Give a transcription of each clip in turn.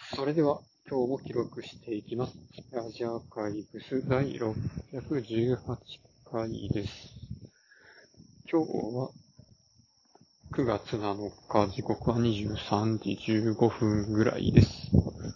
それでは、今日も記録していきます。アジアアーカイブス第618回です。今日は9月7日、時刻は23時15分ぐらいです。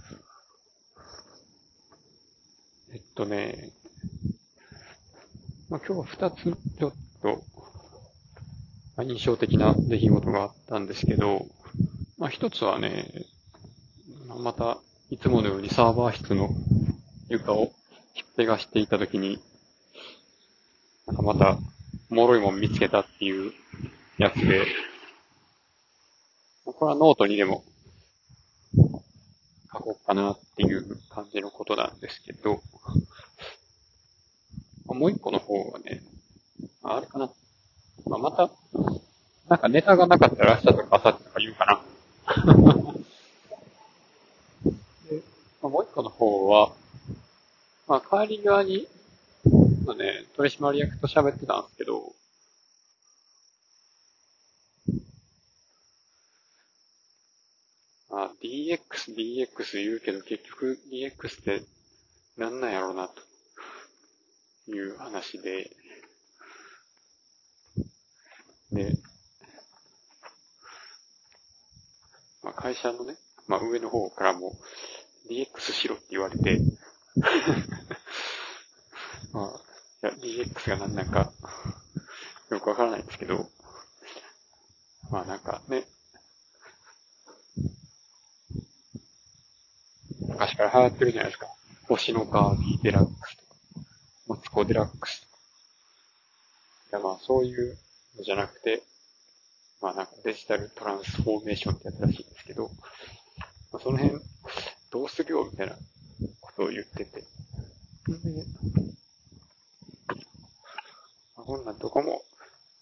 今日は2つちょっと印象的な出来事があったんですけど、一つはね、またいつものようにサーバー室の床をひっぺがしていたときに、また、おもろいもん見つけたっていうやつで、これはノートにでも書こうかなっていう感じのことなんですけど、もう一個の方はね、あれかな。また、ネタがなかったら明日とか明後日とか言うかな。でもう一個の方は、帰り際に、取締役と喋ってたんですけど、DX 言うけど結局 DX ってなんなんやろうなという話で、会社のね、上の方からも DX しろって言われて、いや DX が何なんかよくわからないんですけど、昔から流行ってるじゃないですか。星のカービィデラックスとか、マツコデラックスとか。いやそういうのじゃなくて、デジタルトランスフォーメーションってやつらしいんですけど、その辺、どうするよみたいなことを言ってて。で、こんなんどこも、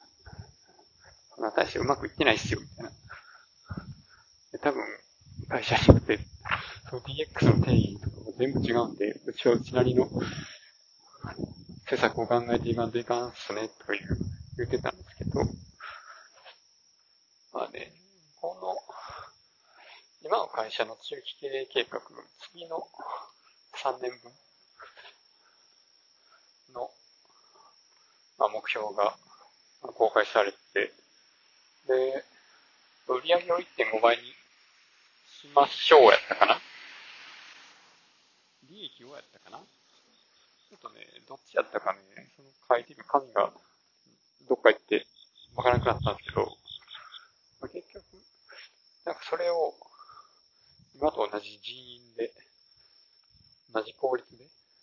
大してうまくいってないっすよ、みたいな。で多分、会社によって、その DX の定義とかも全部違うんで、うちはうちなりの施策を考えていかんといかんっすね、とか言ってたんですけど、この、今の会社の中期経営計画、次の3年分の、目標が公開されて、で、売上を 1.5 倍にしましょうやったかな、利益をやったかな、ちょっとね、どっちやったかね、その書いてる紙がどっか行ってわからなくなったんですけど、結局、それを今と同じ人員で、同じ効率で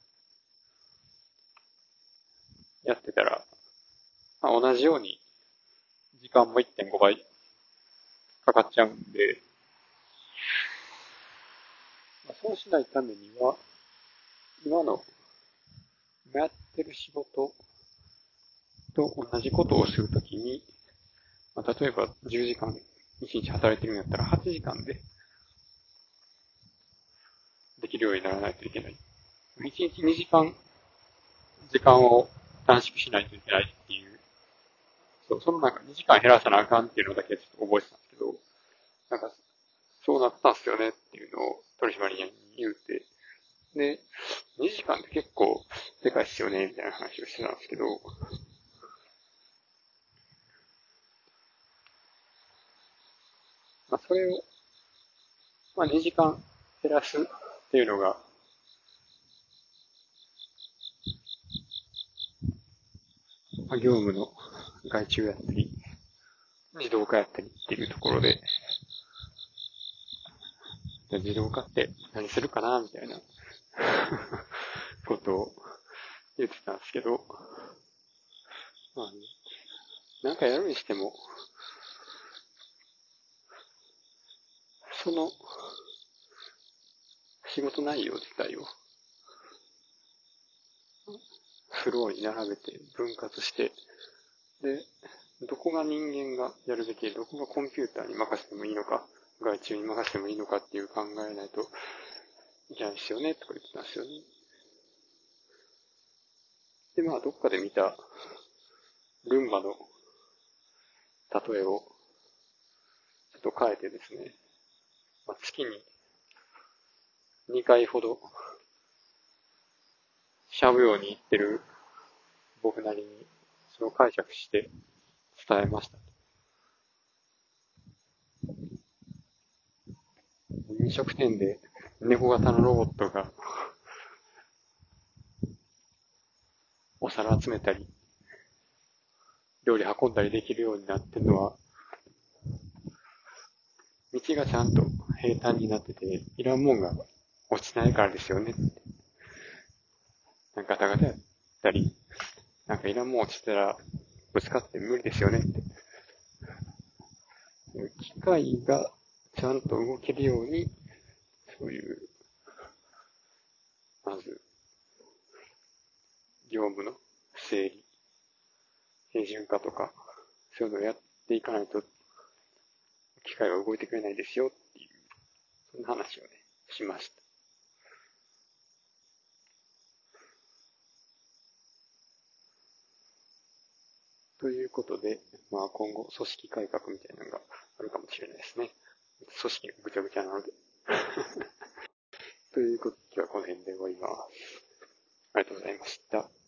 やってたら、同じように時間も 1.5 倍かかっちゃうんで、そうしないためには、今やってる仕事と同じことをするときに、例えば10時間1日働いてるんやったら8時間でできるようにならないといけない。1日2時間時間を短縮しないといけないっていう、その2時間減らさなあかんっていうのだけちょっと覚えてたんですけど、そうなったんすよねっていうのを取締役に言うて、で、2時間って結構でかいっすよねみたいな話をしてたんですけど、それを、2時間減らすっていうのが、業務の外注やったり、自動化やったりっていうところで、自動化って何するかなみたいなことを言ってたんですけど、やるにしても、その仕事内容自体をフローに並べて分割して、で、どこが人間がやるべきで、どこがコンピューターに任せてもいいのか、外注に任せてもいいのかっていう考えないといけないですよね、とか言ってたんですよね。で、どっかで見たルンバの例えをちょっと変えてですね、月に 2回ほど、しゃぶように言ってる僕なりに、それを解釈して伝えました。飲食店で猫型のロボットがお皿集めたり、料理運んだりできるようになってるのは、道がちゃんと平坦になってて、いらんもんが落ちないからですよね。なんかガタガタやったり、なんかいらんもん落ちたらぶつかって無理ですよねって。機械がちゃんと動けるように、そういう、まず、業務の整理、平準化とか、そういうのをやっていかないと、機械は動いてくれないですよっていう、そんな話をね、しました。ということで、まあ今後組織改革みたいなのがあるかもしれないですね。組織がぐちゃぐちゃなので。ということで、今日はこの辺で終わります。ありがとうございました。